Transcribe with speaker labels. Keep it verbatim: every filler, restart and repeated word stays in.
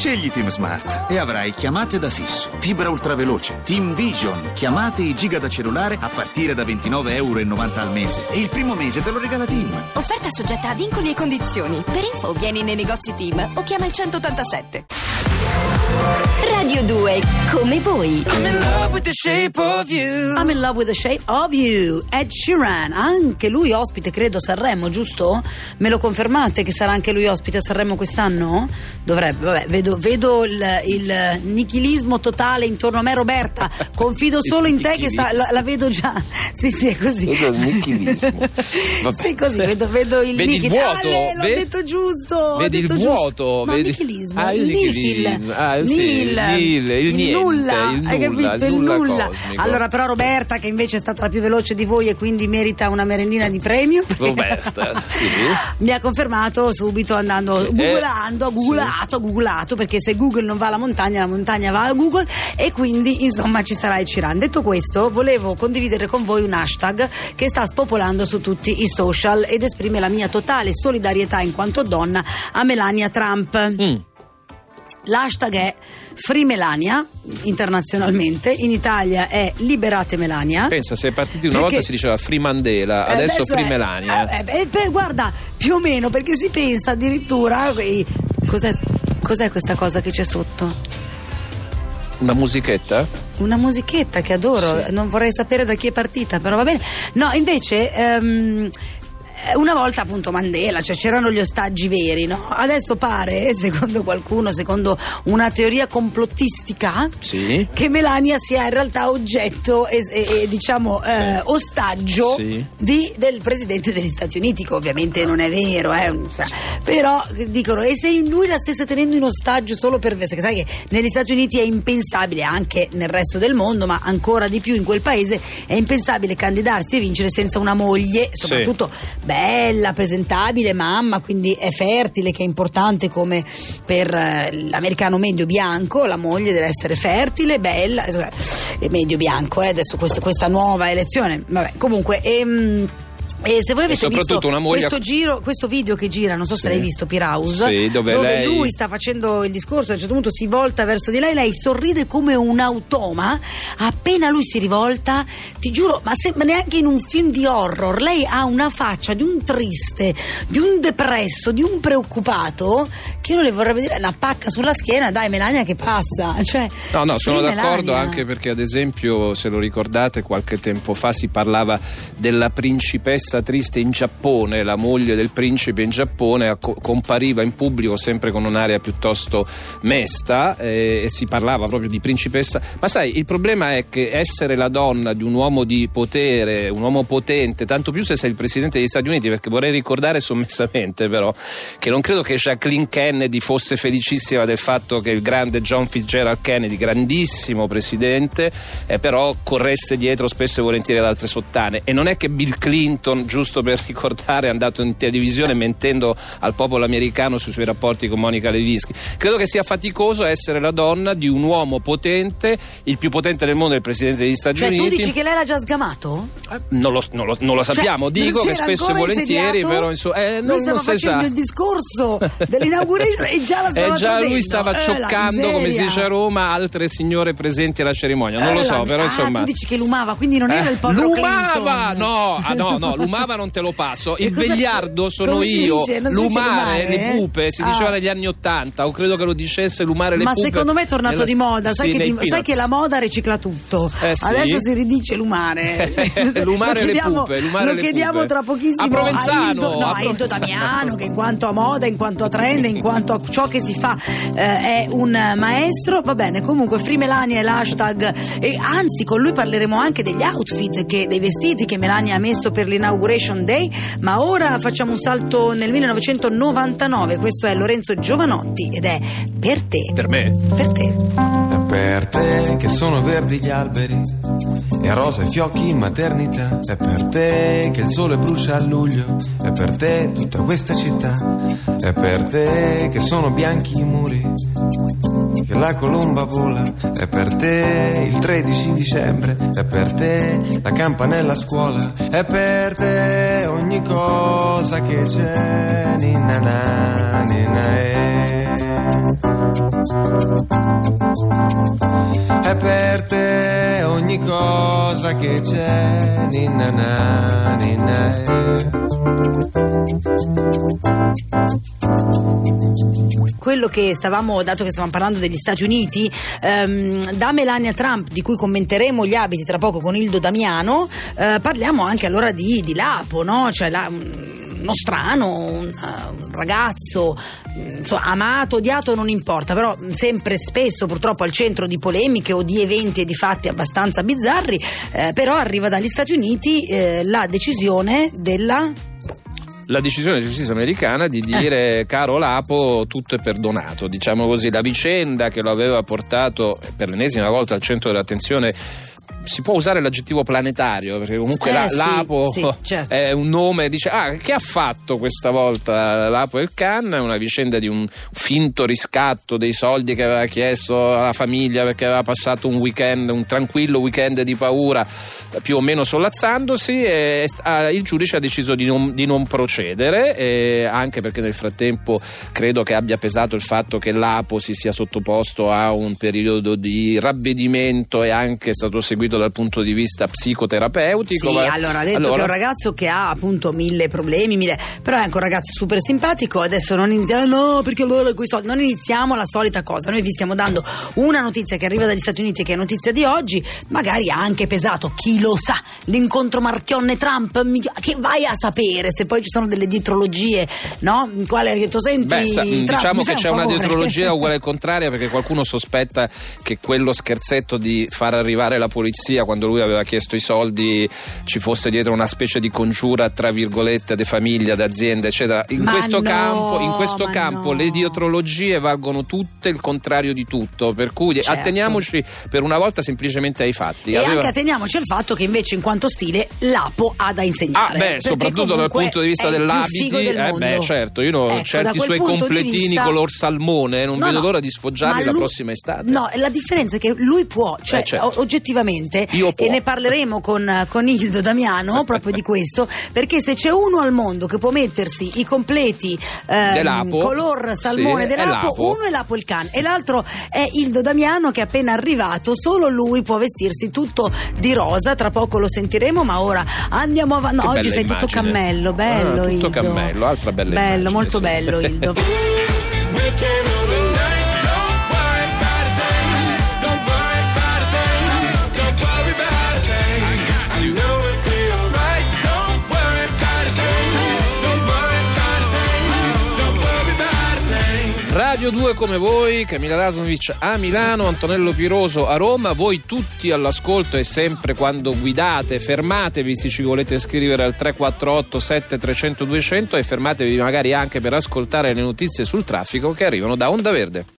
Speaker 1: Scegli Team Smart e avrai chiamate da fisso, fibra ultraveloce, Team Vision, chiamate e giga da cellulare a partire da ventinove virgola novanta euro al mese. E il primo mese te lo regala Team.
Speaker 2: Offerta soggetta a vincoli e condizioni. Per info vieni nei negozi Team o chiama il centottantasette. Radio due, come voi.
Speaker 3: I'm in love with the shape of you.
Speaker 4: I'm in love with the shape of you. Ed Sheeran, anche lui ospite credo a Sanremo, giusto? Me lo confermate che sarà anche lui ospite a Sanremo quest'anno? Dovrebbe, vabbè, vedo, vedo il, il nichilismo totale intorno a me. Roberta, confido solo in te che sta, la, la vedo già. Sì, sì, è così.
Speaker 5: Vedo il nichilismo.
Speaker 4: Sì, così, vedo, vedo il
Speaker 5: vedi
Speaker 4: nichil.
Speaker 5: il vuoto,
Speaker 4: Ah, lei, l'ho
Speaker 5: ve-
Speaker 4: detto giusto.
Speaker 5: Vedi
Speaker 4: ho detto
Speaker 5: il
Speaker 4: giusto.
Speaker 5: vuoto,
Speaker 4: No,
Speaker 5: vedi
Speaker 4: nichilismo,
Speaker 5: ah, il nichilismo. Ah,
Speaker 4: nihil,
Speaker 5: sì,
Speaker 4: nihil,
Speaker 5: il, il, il niente,
Speaker 4: nulla,
Speaker 5: il
Speaker 4: hai
Speaker 5: nulla,
Speaker 4: capito?
Speaker 5: il
Speaker 4: Il
Speaker 5: nulla,
Speaker 4: nulla.
Speaker 5: cosmico.
Speaker 4: Allora, però Roberta, che invece è stata la più veloce di voi e quindi merita una merendina di premio,
Speaker 5: Roberta, sì.
Speaker 4: mi ha confermato subito andando googolando,
Speaker 5: Eh,
Speaker 4: googolato,
Speaker 5: sì.
Speaker 4: googolato, perché se Google non va alla montagna, la montagna va a Google, e quindi insomma ci sarà Ed Sheeran. Detto questo, volevo condividere con voi un hashtag che sta spopolando su tutti i social ed esprime la mia totale solidarietà in quanto donna a Melania Trump.
Speaker 5: Mm.
Speaker 4: L'hashtag è Free Melania internazionalmente, in Italia è Liberate Melania.
Speaker 5: Pensa, se è partiti una
Speaker 4: Perché-
Speaker 5: volta si diceva Free Mandela,
Speaker 4: Eh,
Speaker 5: adesso Free
Speaker 4: è-
Speaker 5: Melania.
Speaker 4: eh, eh, beh, guarda, più o meno, perché si pensa addirittura eh, cos'è, cos'è questa cosa che c'è sotto?
Speaker 5: Una musichetta?
Speaker 4: Una musichetta che adoro,
Speaker 5: Sì.
Speaker 4: non vorrei sapere da chi è partita, però va bene. No, invece ehm, una volta appunto Mandela, cioè c'erano gli ostaggi veri, no? Adesso pare, secondo qualcuno, secondo una teoria complottistica,
Speaker 5: Sì.
Speaker 4: che Melania sia in realtà oggetto e, e- e, diciamo eh,
Speaker 5: Sì.
Speaker 4: ostaggio
Speaker 5: Sì.
Speaker 4: di, del presidente degli Stati Uniti, che ovviamente non è vero, eh, cioè, però dicono, e se lui la stesse tenendo in ostaggio solo per perché sai che negli Stati Uniti è impensabile, anche nel resto del mondo, ma ancora di più in quel paese è impensabile candidarsi e vincere senza una moglie, soprattutto bella, presentabile, mamma, quindi è fertile, che è importante come per eh, l'americano medio bianco, la moglie deve essere fertile, bella, insomma, e medio bianco, eh, adesso questa, questa nuova elezione, vabbè, comunque ehm, e se voi avete
Speaker 5: soprattutto
Speaker 4: visto
Speaker 5: una moglie-
Speaker 4: questo giro, questo video che gira, non so
Speaker 5: Sì.
Speaker 4: se l'hai visto, Pirhouse,
Speaker 5: Sì, dove lei-
Speaker 4: lui sta facendo il discorso, a un certo punto si volta verso di lei, lei sorride come un automa, appena lui si rivolta, ti giuro, ma sembra neanche in un film di horror, lei ha una faccia di un triste, di un depresso, di un preoccupato, che io non le vorrei vedere, una pacca sulla schiena, dai Melania che passa, cioè,
Speaker 5: No, no, sono
Speaker 4: Free
Speaker 5: d'accordo,
Speaker 4: Melania.
Speaker 5: anche perché ad esempio, se lo ricordate, qualche tempo fa si parlava della principessa triste in Giappone, la moglie del principe in Giappone acco- compariva in pubblico sempre con un'aria piuttosto mesta eh, e si parlava proprio di principessa, ma sai, il problema è che essere la donna di un uomo di potere, un uomo potente, tanto più se sei il presidente degli Stati Uniti, perché vorrei ricordare sommessamente però che non credo che Jacqueline Kennedy fosse felicissima del fatto che il grande John Fitzgerald Kennedy, grandissimo presidente, eh, però corresse dietro spesso e volentieri ad altre sottane, e non è che Bill Clinton, giusto per ricordare, è andato in televisione mentendo al popolo americano sui suoi rapporti con Monica Lewinsky. Credo che sia faticoso essere la donna di un uomo potente, il più potente del mondo è il presidente degli Stati
Speaker 4: cioè
Speaker 5: Uniti.
Speaker 4: tu dici che lei l'ha già sgamato?
Speaker 5: Eh, non, lo, non, lo, non lo sappiamo,
Speaker 4: Cioè,
Speaker 5: dico
Speaker 4: non
Speaker 5: che
Speaker 4: si era
Speaker 5: spesso e
Speaker 4: ancora
Speaker 5: volentieri,
Speaker 4: insediato?
Speaker 5: però insomma, eh,
Speaker 4: Lui
Speaker 5: non,
Speaker 4: stava
Speaker 5: non si
Speaker 4: facendo
Speaker 5: sa.
Speaker 4: il discorso dell'inauguration e già la stava
Speaker 5: E già
Speaker 4: tradendo.
Speaker 5: lui stava
Speaker 4: Eh, la
Speaker 5: cioccando, come si
Speaker 4: miseria.
Speaker 5: dice a Roma, altre signore presenti alla cerimonia. Non
Speaker 4: Eh,
Speaker 5: lo so,
Speaker 4: la-
Speaker 5: però
Speaker 4: ah,
Speaker 5: insomma.
Speaker 4: tu dici che lumava, quindi non era
Speaker 5: Eh,
Speaker 4: il povero
Speaker 5: lumava!
Speaker 4: Clinton.
Speaker 5: No, ah, no, no, lumava non te lo passo. Il
Speaker 4: E cosa-
Speaker 5: vegliardo sono
Speaker 4: come si
Speaker 5: io.
Speaker 4: dice? Non si dice
Speaker 5: lumare,
Speaker 4: lumare,
Speaker 5: le
Speaker 4: eh?
Speaker 5: pupe, si
Speaker 4: Ah.
Speaker 5: diceva negli anni Ottanta, o credo che lo dicesse lumare le
Speaker 4: Ma
Speaker 5: pupe.
Speaker 4: secondo me è tornato
Speaker 5: nella-
Speaker 4: di moda, sai,
Speaker 5: sì,
Speaker 4: che,
Speaker 5: nei
Speaker 4: di- sai
Speaker 5: Peanuts.
Speaker 4: che la moda ricicla tutto.
Speaker 5: Eh, sì.
Speaker 4: Adesso si ridice lumare.
Speaker 5: Lumare
Speaker 4: Lo
Speaker 5: le
Speaker 4: chiediamo-
Speaker 5: pupe, lumare
Speaker 4: lo
Speaker 5: le
Speaker 4: chiediamo
Speaker 5: pupe.
Speaker 4: tra pochissimo
Speaker 5: A Provenzano,
Speaker 4: Ildo, no,
Speaker 5: a
Speaker 4: a Ildo
Speaker 5: Provenzano.
Speaker 4: Damiano, che in quanto a moda, in quanto a trend, in quanto a ciò che si fa eh, è un maestro. Va bene, comunque Free Melania è l'hashtag, e anzi con lui parleremo anche degli outfit, che, dei vestiti che Melania ha messo per l'inauguration day. Ma ora facciamo un salto nel millenovecentonovantanove. Questo è Lorenzo Giovanotti ed è Per te.
Speaker 5: Per me?
Speaker 4: Per te.
Speaker 6: È per te che sono verdi gli alberi e rosa i fiocchi in maternità. È per te che il sole brucia a luglio. È per te tutta questa città. È per te che sono bianchi i muri, che la colomba vola. È per te il tredici dicembre. È per te la campanella a scuola. È per te ogni cosa che c'è. Ninna na, ninna eh. È per te ogni cosa che c'è, ninna na, ninna eh.
Speaker 4: Quello che stavamo, dato che stavamo parlando degli Stati Uniti, ehm, da Melania Trump, di cui commenteremo gli abiti tra poco con Ildo Damiano, eh, parliamo anche allora di, di Lapo, no? Cioè la, uno strano, un, uh, un ragazzo insomma, amato, odiato, non importa, però sempre spesso purtroppo al centro di polemiche o di eventi e di fatti abbastanza bizzarri, eh, però arriva dagli Stati Uniti eh, la decisione della...
Speaker 5: La decisione della giustizia americana di dire eh. caro Lapo, tutto è perdonato, diciamo così. La vicenda che lo aveva portato per l'ennesima volta al centro dell'attenzione, si può usare l'aggettivo planetario, perché comunque
Speaker 4: eh,
Speaker 5: la,
Speaker 4: sì,
Speaker 5: Lapo
Speaker 4: sì, certo.
Speaker 5: è un nome, dice ah che ha fatto questa volta Lapo El Khan? È una vicenda di un finto riscatto dei soldi che aveva chiesto alla famiglia perché aveva passato un weekend, un tranquillo weekend di paura, più o meno sollazzandosi, e il giudice ha deciso di non, di non procedere, e anche perché nel frattempo credo che abbia pesato il fatto che Lapo si sia sottoposto a un periodo di ravvedimento e anche è stato seguito dal punto di vista psicoterapeutico.
Speaker 4: Sì,
Speaker 5: ma...
Speaker 4: allora ha detto
Speaker 5: allora...
Speaker 4: che è un ragazzo che ha appunto mille problemi, mille... però è anche un ragazzo super simpatico. Adesso non iniziamo, no, perché allora quei soldi, non iniziamo la solita cosa. Noi vi stiamo dando una notizia che arriva dagli Stati Uniti, che è notizia di oggi, magari ha anche pesato, chi lo sa, l'incontro Marchionne-Trump, che vai a sapere se poi ci sono delle dietrologie, no? Quale che tu senti?
Speaker 5: Beh, sa,
Speaker 4: Trump,
Speaker 5: diciamo che
Speaker 4: un
Speaker 5: c'è una
Speaker 4: favore.
Speaker 5: dietrologia uguale al contrario, perché qualcuno sospetta che quello scherzetto di far arrivare la polizia quando lui aveva chiesto i soldi ci fosse dietro una specie di congiura tra virgolette di famiglia, d'azienda eccetera. In
Speaker 4: ma
Speaker 5: questo
Speaker 4: no,
Speaker 5: campo, in questo campo
Speaker 4: no.
Speaker 5: le dietrologie valgono tutte il contrario di tutto, per cui
Speaker 4: certo.
Speaker 5: atteniamoci per una volta semplicemente ai fatti.
Speaker 4: E
Speaker 5: aveva...
Speaker 4: anche atteniamoci al fatto che invece in quanto stile Lapo ha da insegnare.
Speaker 5: Ah beh, soprattutto dal punto di vista dell'abiti,
Speaker 4: del
Speaker 5: eh beh certo, io no,
Speaker 4: ecco,
Speaker 5: certi suoi completini vista... color salmone non
Speaker 4: no,
Speaker 5: vedo
Speaker 4: no.
Speaker 5: l'ora di sfoggiarli
Speaker 4: lui...
Speaker 5: la prossima estate.
Speaker 4: No, la differenza è che lui può, cioè
Speaker 5: eh, certo.
Speaker 4: oggettivamente,
Speaker 5: io può.
Speaker 4: E ne parleremo con, con Ildo Damiano proprio di questo, perché se c'è uno al mondo che può mettersi i completi ehm, color salmone
Speaker 5: sì,
Speaker 4: del Lapo,
Speaker 5: Lapo,
Speaker 4: uno è Lapo El Khan e l'altro è Ildo Damiano, che è appena arrivato, solo lui può vestirsi tutto di rosa, tra poco lo sentiremo, ma ora andiamo avanti. No, oggi sei
Speaker 5: immagine.
Speaker 4: tutto cammello, bello
Speaker 5: ah, tutto
Speaker 4: Ildo.
Speaker 5: cammello, altra bella
Speaker 4: bello,
Speaker 5: immagine,
Speaker 4: molto
Speaker 5: sì.
Speaker 4: bello Ildo.
Speaker 5: Radio due come voi, Camilla Rasnovic a Milano, Antonello Piroso a Roma, voi tutti all'ascolto e sempre quando guidate fermatevi se ci volete scrivere al tre quattro otto sette trecento duecento e fermatevi magari anche per ascoltare le notizie sul traffico che arrivano da Onda Verde.